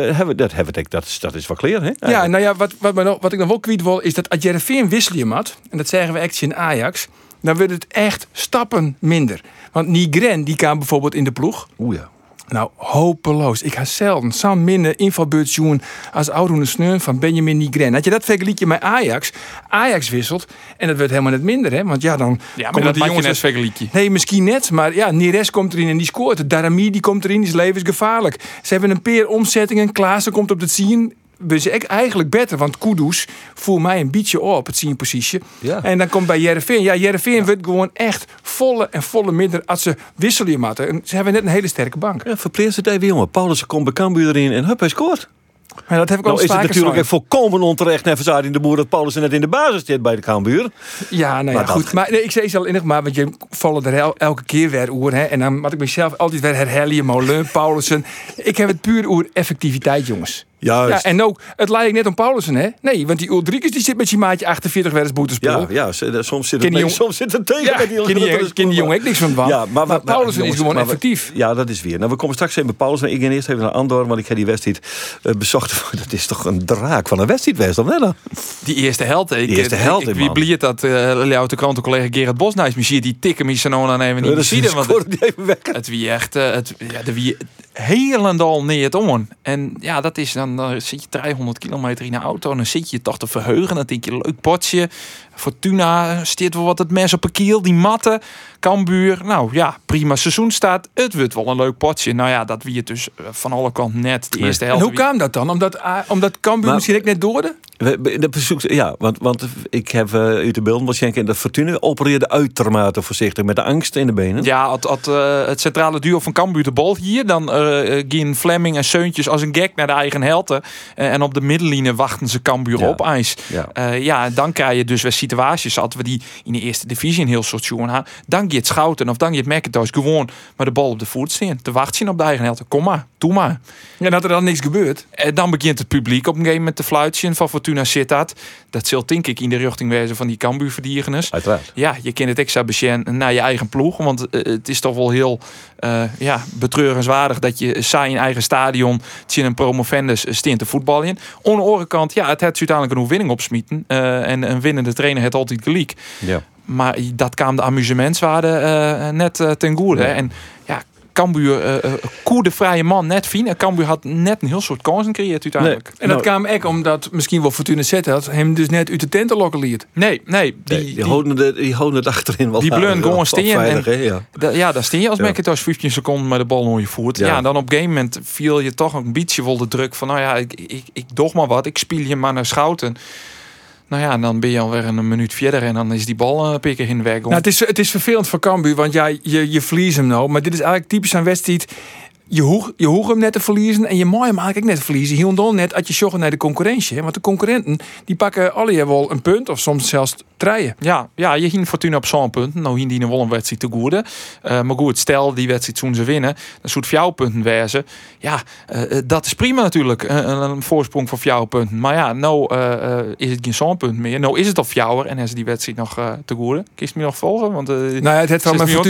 daar... Dat is wel clear, hè? Ja, nou ja, wat ik nog wel kwijt wil, is dat als Heerenveen wisselen je mat, en dat zeggen we echt in Ajax, dan wordt het echt stappen minder. Want Nigren, die kwam bijvoorbeeld in de ploeg. Oeh ja. Nou, hopeloos. Ik ga zelden zo'n minder invalbeurt doen als Oudoene Sneun van Benjamin Nigren. Had je dat vergelijkje met Ajax? Ajax wisselt en dat wordt helemaal net minder, hè? Want ja, dan... Ja, maar dat die jongen net vergelijkje. Nee, misschien net. Maar ja, Neres komt erin en die scoort. Darami die komt erin, die is levensgevaarlijk. Ze hebben een paar omzettingen. Klaassen komt op het zien. Dus eigenlijk beter, want Kudus voelt mij een beetje op het zien positie. Ja. En dan komt bij Heerenveen. Ja, Heerenveen wordt gewoon echt volle minder als ze wisselen je matten. En ze hebben net een hele sterke bank. Ja, verpleert het even, jongen. Paulussen komt bij Cambuur erin en hup, hij scoort. Maar dat heb ik al Nou is het vaker natuurlijk gezien. echt volkomen onterecht net verzaaid in de boer dat Paulussen net in de basis zit bij de Cambuur. Ja, nou ja, Maar dat- goed. Maar nee, ik zei al innig maar, want je vallen er elke keer weer oer. Hè? En dan moet ik mezelf altijd weer herhalen. Molen, Paulussen. Ik heb het puur oer effectiviteit, jongens. Juist. Ja, en ook, het lijkt niet om Paulussen, hè? Nee, want die Ulrikes die zit met je maatje 48 weres boetespul. Soms zit Ken die het tegen Ja, met die ken die jongen ook niks van van. Ja, maar Paulussen is jongens, gewoon maar we- effectief. Ja, dat is weer. Nou, we komen straks even bij Paulussen. Ik ga eerst even naar Andorra, want ik heb die wedstrijd bezocht. Dat is toch een draak van een wedstrijd geweest, of net dan? Die eerste held. Die eerste held, Wie man. bliert dat Leo de krantencollega Gerard Bosnijs misschien die tikken me zo aan even niet Dat is zien. Want scoorde die even weg. het wie echt de wie helemaal niet het om. En ja, dat is dan zit je 300 kilometer in een auto en dan zit je toch te verheugen. Dan denk je leuk potje. Fortuna steert wel wat het mes op een kiel. Die matten, Cambuur. Nou ja, prima seizoen staat. Het wordt wel een leuk potje. Nou ja, dat wie het dus van alle kanten net de eerste En helft. hoe kwam dat dan? Omdat Cambuur Maar- misschien ook net doorde? Ja, want ik heb uit de beelden wat schenken. Dat Fortuna opereerde uitermate voorzichtig met de angst in de benen. Ja, het centrale duo van Cambuur de bal hier. Dan gaan Fleming en Seuntjes als een gek naar de eigen helte. En op de middenlijnen wachten ze Cambuur op ijs. Ja. Dan krijg je dus weer situaties. Hadden we die in de eerste divisie een heel soort jongen hadden. Dan gaat Schouten of dan gaat McIntosh gewoon met de bal op de voet staan. Te wachten op de eigen helte. Kom maar. Doe maar. Ja, dat er dan niks gebeurt. En dan begint het publiek op een gegeven moment te fluitje van Fortuna Sittard. Dat zult denk ik in de richting wezen van die Cambuur-verdiegenis. Uiteraard. Ja, je kent het extra besjen naar je eigen ploeg. Want het is toch wel heel betreurenswaardig dat je saai in eigen stadion in een promovendus steen te voetballen. Aan de andere kant, ja, het had uiteindelijk een overwinning opsmieten. En een winnende trainer heeft altijd gelijk. Ja. Maar dat kwam de amusementswaarde net ten goede. Ja. En ja, Cambuur, de vrije man net vinden. Cambuur had net een heel soort kansen gecreëerd uiteindelijk. En dat kwam ook omdat misschien wel Fortuna Sittard hem dus net uit de tenten lokken liet. Nee. Die houden het achterin wel. Die blun gewoon steen. Ja, daar steen je als McIntosh 15 seconden met de bal onder je voet. Ja, dan op een gegeven moment viel je toch een beetje wel de druk van, nou ja, ik doe maar wat. Ik speel je maar naar Schouten. Nou ja, dan ben je alweer een minuut verder en dan is die bal een pikker in de weg. Nou, het is vervelend voor Cambuur, want je verliest hem nou. Maar dit is eigenlijk typisch een wedstrijd. Je hoeft hem net te verliezen en je mag hem eigenlijk net verliezen. Hier en dan net als je zocht naar de concurrentie. Hè? Want de concurrenten die pakken alle wel een punt of soms zelfs treien. Ja, je ging Fortuna op zo'n punt. Nou, hier die wel een wedstrijd te goede. Maar goed, stel die wedstrijd toen ze winnen, dan zou het 4 punten wezen. Ja, dat is prima natuurlijk. Een voorsprong van 4 punten. Maar ja, nou is het geen zo'n punt meer. Nou is het op 4 en is die wedstrijd nog te goede. Kies me nog volgen? Want het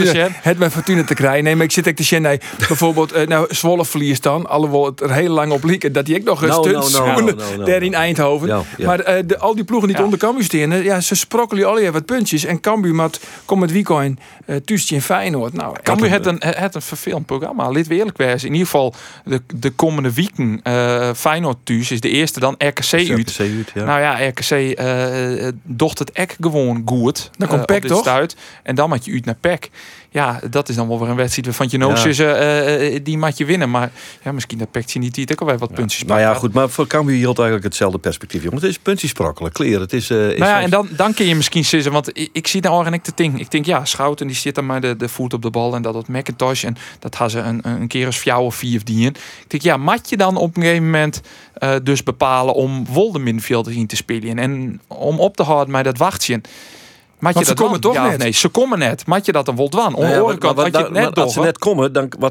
met Fortuna te krijgen. Nee, maar ik zit ook te zien. Nee, bijvoorbeeld Zwolle verliest dan. Alhoewel het er heel lang op lieken dat die ik nog een stunt daar in Eindhoven. Ja. Maar al die ploegen die onder Cambuur staan, ja, ze sprokkelen al wat puntjes. En Cambuur komt met weekend tussen in Feyenoord. Nou, Cambuur het een vervelend programma. Laten we eerlijk wezen. In ieder geval de komende weken Feyenoord thuis is de eerste, dan RKC uit. Ja. Nou ja, RKC docht het ek gewoon goed. Dan komt PEC toch? Uit. En dan moet je uit naar PEC. Ja, dat is dan wel weer een wedstrijd waarvan je noos is, die moet je winnen. Maar ja, misschien dat PEC niet die ook alweer wat puntjes Nou ja, goed, maar voor Cambuur hield eigenlijk hetzelfde perspectief. Jongen, het is puntjes sprokkelen, kleren. Het is, en dan kun je misschien sissen, want ik zie daar en ik te ding. Ik denk, ja, Schouten die zit dan maar de voet op de bal en dat McIntosh en dat had ze een keer als 4 of 5 dienen. Ik denk, ja, moet je dan op een gegeven moment dus bepalen om wel de middenvelder in te spelen en om op te houden met dat wachtje. Want ze komen toch net? Nee, ze komen net. Maak je dat dan wel dwan? Als ze net komen,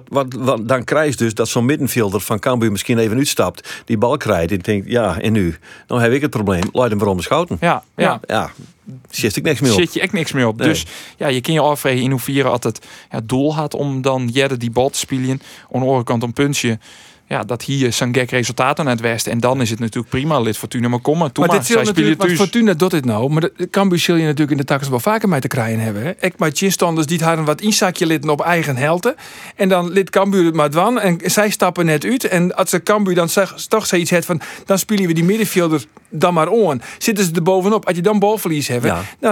dan krijg je dus dat zo'n middenvelder van Cambuur misschien even uitstapt, die bal krijgt en denkt, ja, en nu? Nou heb ik het probleem. Laat hem waarom schouten. Ja. Zit ik niks meer op. Zit je echt niks meer op. Nee. Dus ja, je kan je afvragen in hoeverre het doel had om dan die bal te spelen. Aan de andere kant een puntje. Ja, dat hier zijn gek resultaten aan het westen. En dan is het natuurlijk prima. Lid Fortuna maar komen. Maar dit is natuurlijk, want Fortuna doet dit nou. Maar de Cambuur zul je natuurlijk in de takkers wel vaker mee te krijgen hebben. Hè? Ik maar chinstanders die hadden wat inzakje litten op eigen helte. En dan lid Cambuur het maar dwan. En zij stappen net uit. En als ze Cambuur dan toch zoiets heeft van, dan spelen we die middenvelder dan maar on. Zitten ze er bovenop. Als je dan balverlies hebt,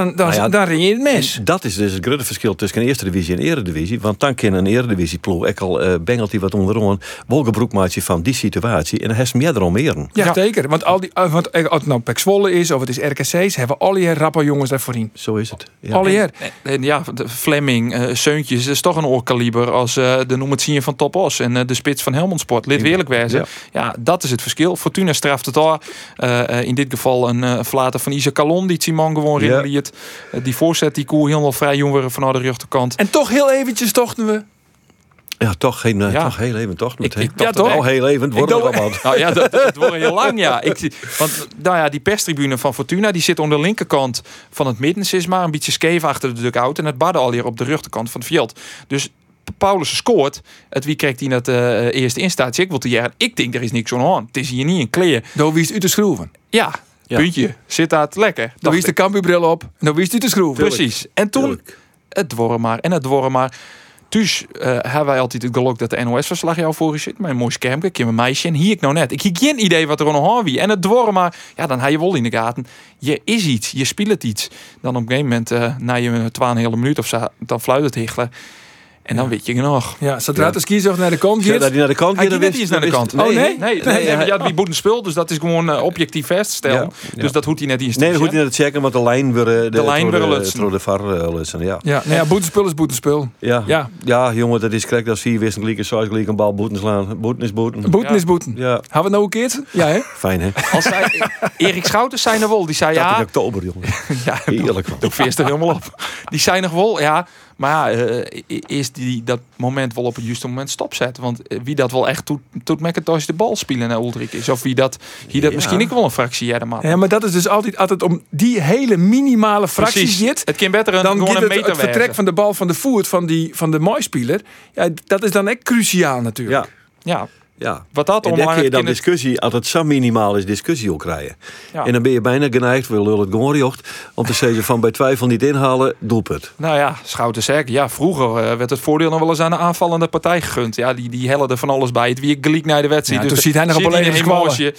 dan ren je het mes. Dat is dus het grote verschil tussen een eerste divisie en eredivisie. Want dan kan een eredivisie ploeg ik al bengelt die wat onderaan. Wolkenbroek van die situatie en dan heeft meer erom meer. Ja, zeker. Want als het nou PEC Zwolle is of het is RKC's, hebben al die rappe jongens daarvoor. Zo is het. Ja. Al die de Fleming, Seuntjes, is toch een oorkaliber als de noem het zien van Top Os en de spits van Helmond Sport. Lid eerlijk wezen. Ja, dat is het verschil. Fortuna straft het al. In dit geval een flater van Isaac Calon die Simon gewoon reguliert. Die voorzet, die koe helemaal vrij jong worden vanuit de rechterkant. En toch heel eventjes tochten we. Ja, toch heel even, toch? Toch al heel even, het wordt nog allemaal. Nou ja, het wordt heel lang, ja. Want nou ja, die perstribune van Fortuna, die zit aan de linkerkant van het midden, is maar een beetje scheef achter de dugout en het badden al hier op de rechterkant van het veld. Dus Paulus scoort. Het wie krijgt hij dat eerste instaatje? Ik wil te zeggen, ik denk er is niks aan. Het is hier niet een kleer. Dan wie is u te schroeven? Ja. Puntje. Zit dat lekker. Dan wie is de Cambuurbril op. Dan wie is u te schroeven. Precies. En toen het dworren maar. Dus hebben wij altijd het geluk dat de NOS-verslag jou voor je zit. Mijn mooi schermpje, ik heb een meisje en hier ik nou net. Ik heb geen idee wat er aan de wie. En het dworren maar, ja, dan heb je wel in de gaten. Je is iets, je speelt iets. Dan op een gegeven moment, na je 12 hele minuut of zo, dan fluit het hichelen. En dan weet je nog. Ja, zodra de ski naar de kant gaat. Dat hij naar de kant gaat. Hij gaat niet naar de kant. Nee. Ja, wie boet een spul, dus dat is gewoon objectief vaststellen. Ja. Dus dat hoeft hij net in. Nee, dat hoeft hij net te checken, want de lijn weer de VAR lutsen. Ja, boetenspul is boetenspul. Ja, jongen, dat is correct. Als 4 wisten gelijk, zo gelijk een bal boeten slaan. Boeten is boeten. Boeten is boeten. Ja. Hebben we het nou een keertje? Ja, hè? Fijn, hè? Erik Schouters zei nog wel, die zei ja. In oktober, jongen. Ja, heerlijk. Dat veerst er helemaal op. Die zei nog wel, ja. Maar is dat moment wel op het juiste moment stopzet? Want wie dat wel echt tot McIntosh de bal spelen naar Ulrich is. Of wie dat misschien ik wel een fractie hebben. Ja, maar dat is dus altijd om die hele minimale fracties zit. Het kan beter dan gewoon een meter het vertrek van de bal van de voet van de mooispeler. Ja, dat is dan echt cruciaal natuurlijk. Ja. Ja. Wat dat en dan kun je dan discussie, als het zo minimaal is, discussie ook krijgen. Ja. En dan ben je bijna geneigd, we lullen het gewoon jocht, om te zeggen van bij twijfel niet inhalen, doelpunt. Nou ja, Schouten zegt, ja, vroeger werd het voordeel nog wel eens aan de aanvallende partij gegund. Ja, die hellen er van alles bij. Het wie gelijk naar de wedstrijd. Ja, dus ziet hij nog op een emotie.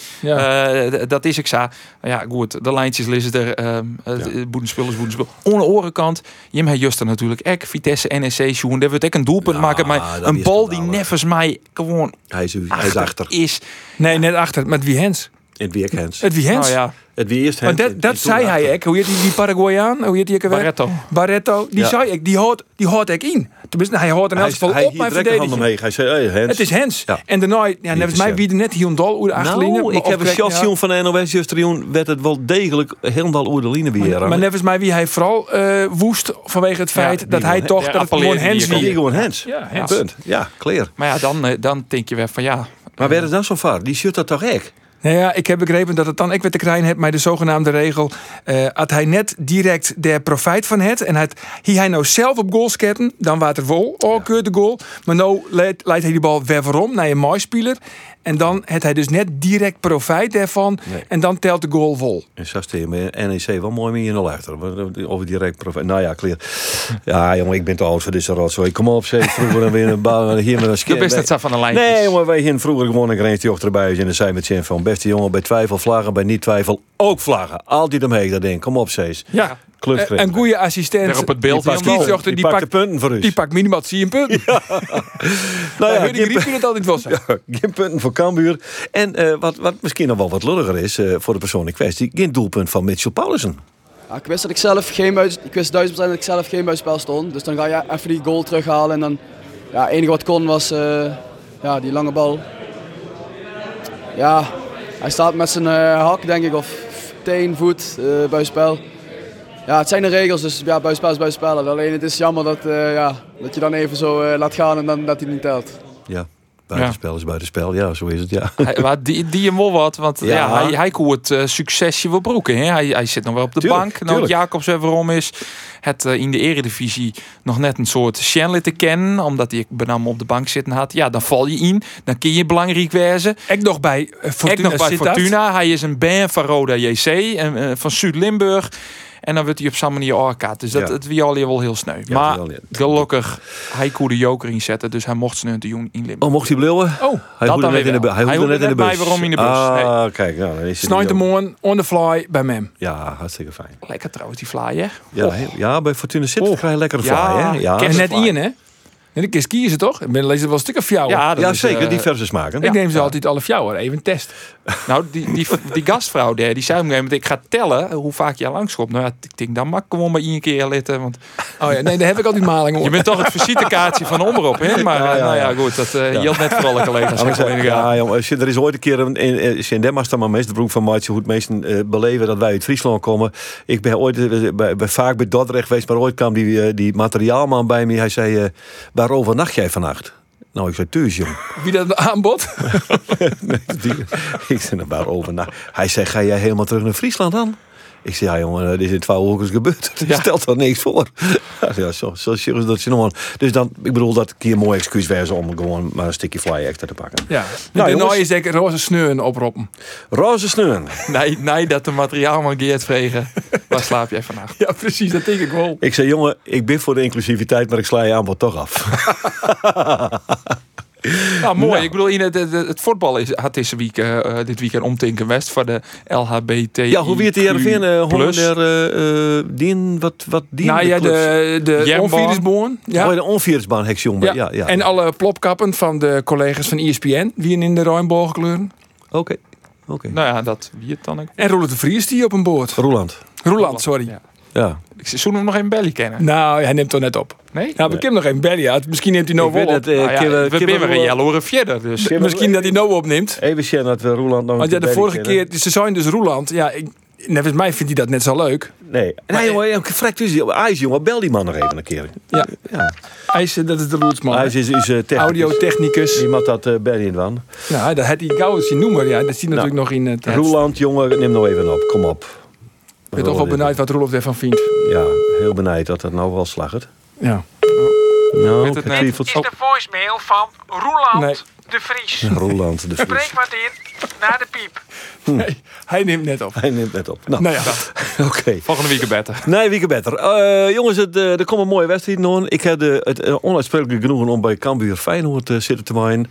Dat is ik zo. Ja, goed, de lijntjes lezen er. Boedenspul. Aan de orenkant, Jim heeft juist natuurlijk ek Vitesse, NEC, Sjoen. Daar wordt ook een doelpunt maken, maar een bal die nevens mij gewoon... Hij is achter. Nee, net achter. Met wie Hens? Het wie Hens. Het wie Hens? Oh, ja. Het wie eerst Hens. Maar dat zei hij ook. Hoe heet die Paraguayaan? Hoe heet die Barreto. Die zei ik. Die hoort ik in. Tenminste, hij hoort in elk geval op mijn verdediging. Hij zei, hey, Hens. Het is Hens. Ja. En daarna, net mij wie er net hier dol over de achterlijnen. Nou, ik heb een shotje van de NOS Justerioen werd het wel degelijk helemaal over de lijnen weer. Maar nevens mij wie hij vooral woest vanwege het feit dat hij toch dat het gewoon Hens wie. Gewoon Hens. Ja, punt. Ja, clear. Maar ja, dan denk je weer van ja. Maar werd het dan zo vaar? Die shut dat toch echt? Nou ja, ik heb begrepen dat het dan ik weer te krijgen heb met de zogenaamde regel. Had hij net direct de profijt van het. En hij nou zelf op goal sketten, dan waart er wel. Keurt de goal. Maar nou leidt hij die bal weer waarom naar een mooi speler. En dan heeft hij dus net direct profijt daarvan. Nee. En dan telt de goal vol. En zo steen met NEC wel mooi mee in de luchter. Over direct profijt. Nou ja, clear. Ja, jongen, ik ben te oud voor deze rotzooi. Kom op, zeg. Vroeger dan weer een bal. Hier met een skip. Je best het van een lijn. Nee, jongen, wij hier vroeger gewoon een grens die erbij is. En dan zei met Jen van beste jongen, bij twijfel vlaggen, bij niet twijfel ook vlaggen. Altijd omheen dat ding. Kom op, Cees. Ja. Een goede assistent. Daar op het beeld. Die pakt de punten voor u. Die pakt minimaal 10 punten. Ja. Nou ja, die riep je het altijd wel zo. Ja, geen punten voor Cambuur. En wat misschien nog wel wat lulliger is voor de persoon in kwestie, geen doelpunt van Mitchell Paulussen. Ja, ik wist dat ik zelf ik wist 1000% dat ik zelf geen buitenspel stond. Dus dan ga je even die goal terughalen. En dan, ja, het enige wat kon was die lange bal. Ja, hij staat met zijn hak, denk ik, of teen, voet, buitenspel. Ja, het zijn de regels, dus ja, buitenspel is buitenspel. Alleen het is jammer dat je dan even zo laat gaan en dan dat hij niet telt. Ja. Buitenspel is buitenspel, ja, zo is het, ja. Die hem wel wat, want hij kon het succesje wel broeken. Hè? Hij zit nog wel op de bank. Nou, Jacobs weer waarom is het in de eredivisie nog net een soort Shenley te kennen, omdat hij benam op de bank zitten had. Ja, dan val je in, dan kun je belangrijk wezen. Ik nog bij Fortuna. Hij is een band van Roda JC en van Zuid-Limburg. En dan wordt hij op zo'n manier oorkaart. Dus het wie al wel heel sneu. Ja, maar gelukkig, hij kon de joker inzetten. Dus hij mocht sneu te doen in Limburg. Oh, mocht hij bleven? Oh, hij hoorde net in de bus. Hij hoorde net in de bus. Waarom in de bus? Ah, kijk. Nou, dan is het Snijdt de morgen on the fly bij mem. Ja, hartstikke fijn. Lekker trouwens, die fly, hè? Ja, bij Fortuna zit krijg je lekkere fly, hè? Ja, en net Ian, hè? En ik kies kiezen toch? Ik ben lezen wel een stuk of jou. Ja, zeker. Diverse smaken. Ik neem ze altijd alle fjouwer. Even een test. Nou, die gastvrouw daar, die zei op een gegeven moment, ik ga tellen hoe vaak je langskomt. Nou ja, ik denk, dan mag ik gewoon maar 1 keer litten. Want... Oh ja, nee, daar heb ik altijd maling op. Je bent toch het visitekaartje van Omroep, hè? Maar nou ja, goed, dat geldt net voor alle collega's. Ja, jongen, er is ooit een keer in Denmark maar meest de broek van Maatje, hoe het meesten beleven dat wij uit Friesland komen. Ik ben ooit vaak bij Dordrecht geweest, maar ooit kwam die materiaalman bij me. Hij zei, waar overnacht jij vannacht? Nou, ik zei thuis, jong. Wie dat aanbod? Nee, ik zei, waar overnacht? Hij zei, ga jij helemaal terug naar Friesland dan? Ik zei, ja jongen, dit is in 2 weken gebeurd. Je stelt er niks voor. Ja, zo serieus dat je nog. Dus dan, ik bedoel dat ik hier een mooi excuus was om gewoon maar een stukje fly extra te pakken. Ja. Nou, de is zeker roze sneuren oproepen. Roze sneuren? Nee, dat de materiaalman Geert vregen. Waar slaap jij vannacht? Ja, precies, dat denk ik wel. Ik zei, jongen, ik ben voor de inclusiviteit, maar ik sla je aanbod toch af. Nou, mooi. Nou. Ik bedoel, het voetbal had dit weekend omtinken West voor de LHBT. Ja, hoe weer het de RVN wat dien? Nou ja, de onvirusbaan. Ja. De onvirusbaan hexjong. Ja. En alle plopkappen van de collega's van ESPN, wie in de Rijnboogkleuren. Oké. Nou ja, dat wie het dan ook. En Roeland de Vries die op een boord. Roeland, sorry. Ja. Ik zou hem nog even belly kennen. Nou, hij neemt toch net op. Nee? Nou, we kunnen nog even belly uit. Misschien neemt hij nou wel op. We zijn een jaloere verder. Dus. Misschien dat hij nou opneemt. Even zien dat we Roeland nog. Want ja, de vorige keer, ze zijn dus Roeland. Ja, Volgens mij vindt hij dat net zo leuk. Nee, jongen, vrek dus. IJs, jongen, bel die man nog even een keer. Ja. IJs, dat is de rootsman. IJs is audiotechnicus. Iemand dat Berry in van. Nou, dat had hij gauw zien noemen. Ja, dat zie je natuurlijk nog in het... Roeland, jongen, neem nou even op. Kom op. Ik ben toch wel benieuwd wat Roelof ervan vindt. Ja, heel benieuwd dat het nou wel slaggert. Ja. Nou, dit is de voicemail van Roeland de Vries. Roeland de Vries. Spreek maar in naar de piep. Nee, hij neemt net op. Nou ja. Oké. Volgende week beter. Nee, week beter. Jongens, er komen mooie wedstrijden aan. Ik heb het onuitsprekelijke genoegen om bij Cambuur Feyenoord zitten te maken.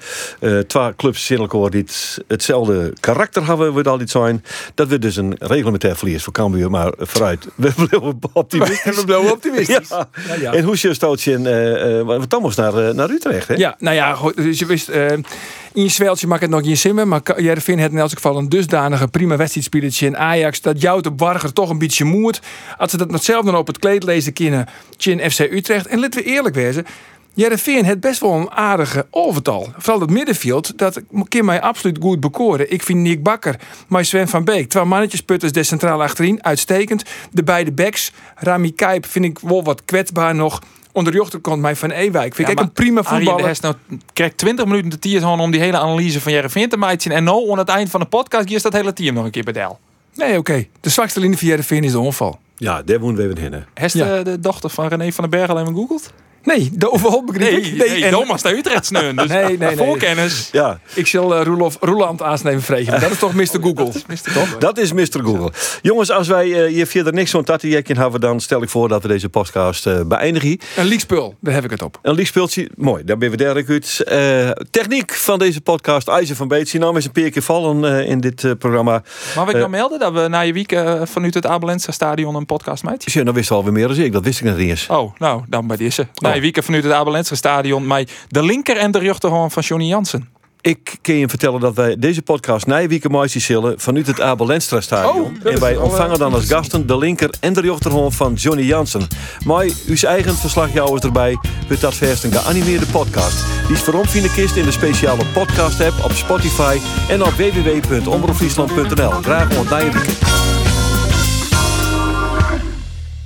2 clubs in elkaar die hetzelfde karakter hebben, we al iets zijn. Dat we dus een reglementair verlies voor Cambuur, maar vooruit. We blijven optimistisch. We blijven optimistisch. Ja. En hoe is je stootje wat Thomas naar Utrecht, hè? Ja, nou ja, dus je wist... in je zweltje mag het nog niet simmen, maar Heerenveen had in elk geval een dusdanige prima wedstrijdspelletje in Ajax dat jouwt op Warger toch een beetje moert. Als ze dat nog zelf dan op het kleed lezen kunnen, in FC Utrecht. En laten we eerlijk wezen, Heerenveen heeft best wel een aardige overtal. Vooral het middenveld, dat kan mij absoluut goed bekoren. Ik vind Nick Bakker, maar Sven van Beek, 2 mannetjes putters de centraal achterin, uitstekend. De beide backs, Rami Kijp vind ik wel wat kwetsbaar nog. Onder de rechterkant mij van Ewijk. Vind ik een prima voetballer. Hij krijgt 20 minuten de tiers om die hele analyse van Heerenveen te maken. En nou, aan het eind van de podcast, is dat hele team nog een keer bedel. Nee, oké. De zwakste linie van Heerenveen is de onval. Ja, daar moeten we even heen. Heeft de dochter van René van den Berg al even gegoogeld? Nee, de overal begreep ik. Nee, Thomas naar Utrecht sneun. Dus nee. voorkennis. Ja. Ik zal Roeland aansnemen vregen. Dat is toch Mr. Google? Dat is Mr. Google. Jongens, als wij hier verder niks van tatjekje hebben, dan stel ik voor dat we deze podcast beëindigen. Een leakspul, daar heb ik het op. Een leakspultje, mooi. Daar ben we dergelijk uit. Techniek van deze podcast, IJzer van Beets. Die naam is een paar keer vallen in dit programma. Mag ik nou melden dat we na je week vanuit het Abelensra Stadion een podcast maken? Ja, dan wist je alweer meer dan ik. Dat wist ik net niet eens. Oh, nou, dan bij deze. Na je week vanuit het Abelensra Stadion met de linker en de rechterhand van Johnny Jansen. Ik kan je vertellen dat wij deze podcast na je week maaien zullen vanuit het Abelensra Stadion. En wij ontvangen dan als gasten de linker en de rechterhand van Johnny Jansen. Maar uw eigen verslagjouwers erbij wordt dat verst een geanimeerde podcast. Die is voor kist in de speciale podcast app op Spotify en op www.omroepfriesland.nl. Graag ontdaan je weekend.